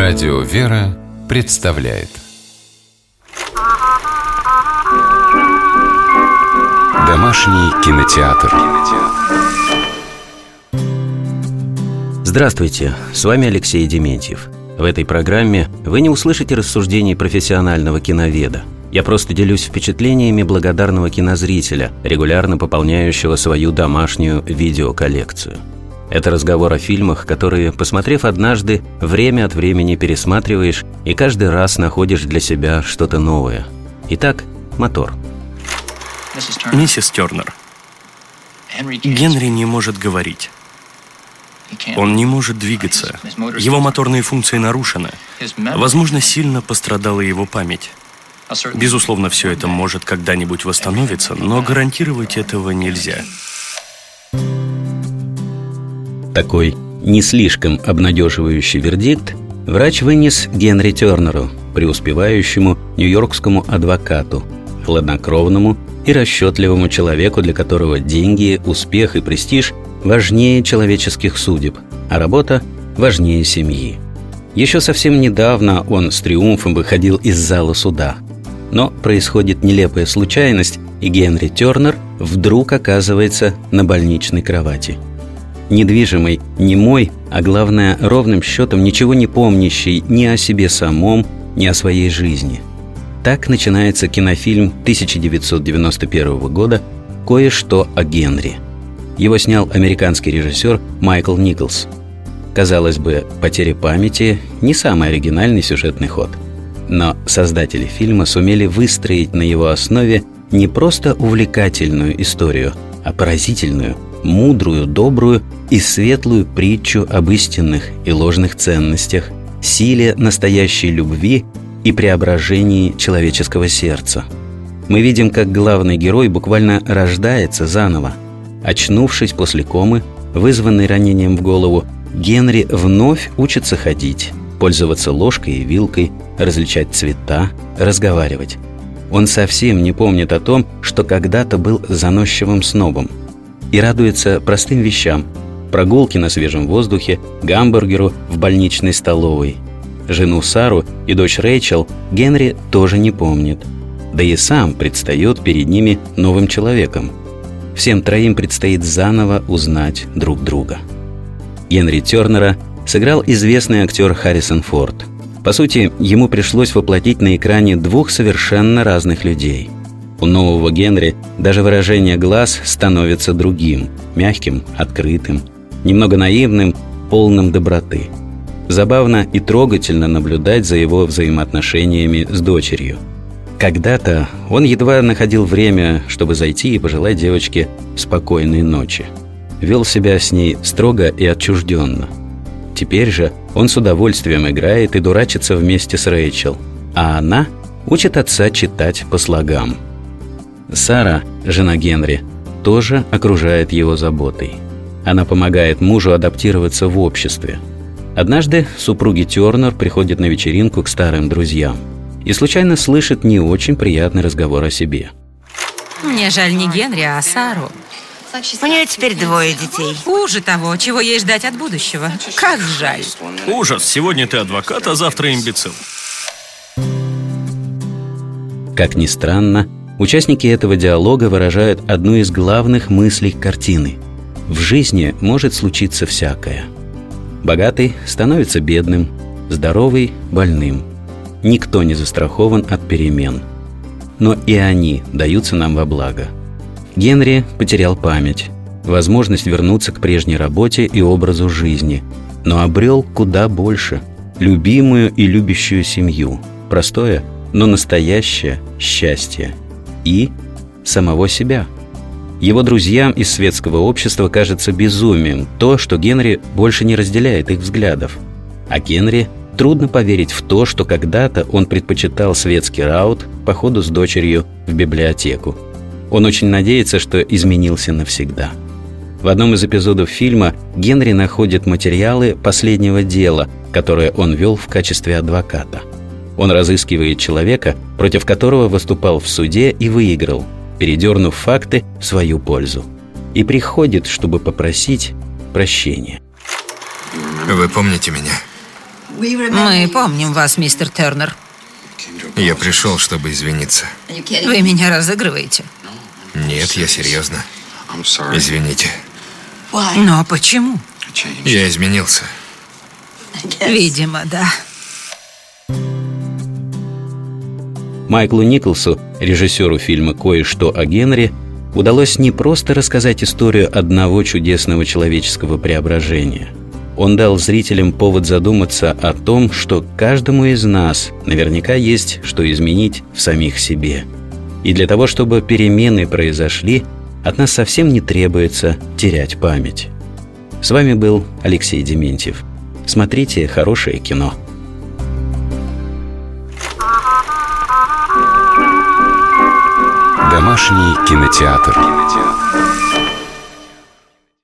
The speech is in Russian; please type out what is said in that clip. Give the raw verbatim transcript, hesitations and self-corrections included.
Радио «Вера» представляет Домашний кинотеатр. Здравствуйте, с вами Алексей Дементьев. В этой программе вы не услышите рассуждений профессионального киноведа. Я просто делюсь впечатлениями благодарного кинозрителя, регулярно пополняющего свою домашнюю видеоколлекцию. Это разговор о фильмах, которые, посмотрев однажды, время от времени пересматриваешь и каждый раз находишь для себя что-то новое. Итак, мотор. Миссис Тернер, Генри не может говорить. Он не может двигаться. Его моторные функции нарушены. Возможно, сильно пострадала его память. Безусловно, все это может когда-нибудь восстановиться, но гарантировать этого нельзя. Такой не слишком обнадеживающий вердикт врач вынес Генри Тернеру, преуспевающему нью-йоркскому адвокату, хладнокровному и расчетливому человеку, для которого деньги, успех и престиж важнее человеческих судеб, а работа важнее семьи. Еще совсем недавно он с триумфом выходил из зала суда. Но происходит нелепая случайность, и Генри Тернер вдруг оказывается на больничной кровати. Недвижимый, немой, а главное, ровным счетом ничего не помнящий ни о себе самом, ни о своей жизни. Так начинается кинофильм тысяча девятьсот девяносто первого года «Кое-что о Генри». Его снял американский режиссер Майкл Николс. Казалось бы, потеря памяти – не самый оригинальный сюжетный ход. Но создатели фильма сумели выстроить на его основе не просто увлекательную историю, а поразительную, мудрую, добрую и светлую притчу об истинных и ложных ценностях, силе настоящей любви и преображении человеческого сердца. Мы видим, как главный герой буквально рождается заново. Очнувшись после комы, вызванной ранением в голову, Генри вновь учится ходить, пользоваться ложкой и вилкой, различать цвета, разговаривать. Он совсем не помнит о том, что когда-то был заносчивым снобом, и радуется простым вещам – прогулке на свежем воздухе, гамбургеру в больничной столовой. Жену Сару и дочь Рэйчел Генри тоже не помнит. Да и сам предстает перед ними новым человеком. Всем троим предстоит заново узнать друг друга. Генри Тернера сыграл известный актер Харрисон Форд. По сути, ему пришлось воплотить на экране двух совершенно разных людей. У нового Генри даже выражение глаз становится другим, мягким, открытым, немного наивным, полным доброты. Забавно и трогательно наблюдать за его взаимоотношениями с дочерью. Когда-то он едва находил время, чтобы зайти и пожелать девочке спокойной ночи. Вел себя с ней строго и отчужденно. Теперь же он с удовольствием играет и дурачится вместе с Рэйчел, а она учит отца читать по слогам. Сара, жена Генри, тоже окружает его заботой. Она помогает мужу адаптироваться в обществе. Однажды супруги Тернер приходят на вечеринку к старым друзьям и случайно слышат не очень приятный разговор о себе. Мне жаль не Генри, а Сару. У нее теперь двое детей. Хуже того, чего ей ждать от будущего. Как жаль. Ужас, сегодня ты адвокат, а завтра имбецил. Как ни странно, участники этого диалога выражают одну из главных мыслей картины. В жизни может случиться всякое. Богатый становится бедным, здоровый – больным. Никто не застрахован от перемен. Но и они даются нам во благо. Генри потерял память, возможность вернуться к прежней работе и образу жизни, но обрел куда больше – любимую и любящую семью, простое, но настоящее счастье и самого себя. Его друзьям из светского общества кажется безумием то, что Генри больше не разделяет их взглядов. А Генри трудно поверить в то, что когда-то он предпочитал светский раут походу с дочерью в библиотеку. Он очень надеется, что изменился навсегда. В одном из эпизодов фильма Генри находит материалы последнего дела, которое он вел в качестве адвоката. Он разыскивает человека, против которого выступал в суде и выиграл, передернув факты в свою пользу. И приходит, чтобы попросить прощения. Вы помните меня? Мы помним вас, мистер Тернер. Я пришел, чтобы извиниться. Вы меня разыгрываете? Нет, я серьезно. Извините. Но почему? Я изменился. Видимо, да. Майклу Николсу, режиссеру фильма «Кое-что о Генри», удалось не просто рассказать историю одного чудесного человеческого преображения. Он дал зрителям повод задуматься о том, что каждому из нас наверняка есть что изменить в самих себе. И для того, чтобы перемены произошли, от нас совсем не требуется терять память. С вами был Алексей Дементьев. Смотрите хорошее кино. Домашний кинотеатр.